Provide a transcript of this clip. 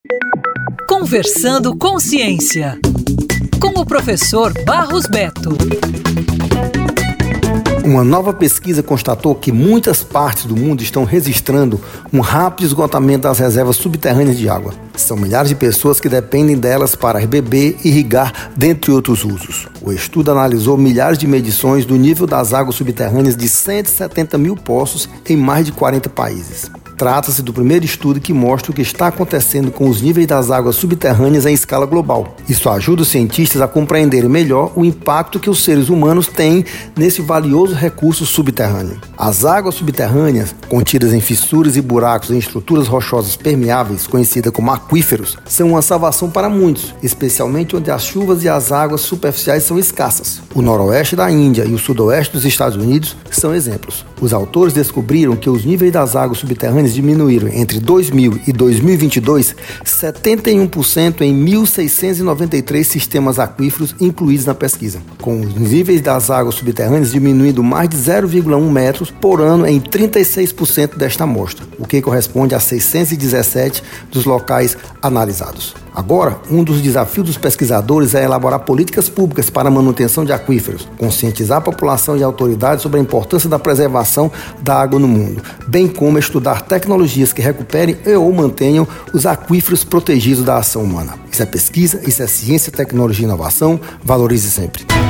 Conversando com Ciência, com o professor Barros Beto. Uma nova pesquisa constatou que muitas partes do mundo estão registrando um rápido esgotamento das reservas subterrâneas de água. São milhares de pessoas que dependem delas para beber e irrigar, dentre outros usos. O estudo analisou milhares de medições do nível das águas subterrâneas de 170 mil poços em mais de 40 países. Trata-se do primeiro estudo que mostra o que está acontecendo com os níveis das águas subterrâneas em escala global. Isso ajuda os cientistas a compreenderem melhor o impacto que os seres humanos têm nesse valioso recurso subterrâneo. As águas subterrâneas, contidas em fissuras e buracos em estruturas rochosas permeáveis, conhecidas como aquíferos, são uma salvação para muitos, especialmente onde as chuvas e as águas superficiais são escassas. O noroeste da Índia e o sudoeste dos Estados Unidos são exemplos. Os autores descobriram que os níveis das águas subterrâneas diminuíram entre 2000 e 2022 71% em 1.693 sistemas aquíferos incluídos na pesquisa, com os níveis das águas subterrâneas diminuindo mais de 0,1 metros por ano em 36% desta amostra, o que corresponde a 617 dos locais analisados. Agora, um dos desafios dos pesquisadores é elaborar políticas públicas para a manutenção de aquíferos, conscientizar a população e autoridades sobre a importância da preservação da água no mundo, bem como estudar tecnologias que recuperem ou mantenham os aquíferos protegidos da ação humana. Isso é pesquisa, isso é ciência, tecnologia e inovação. Valorize sempre.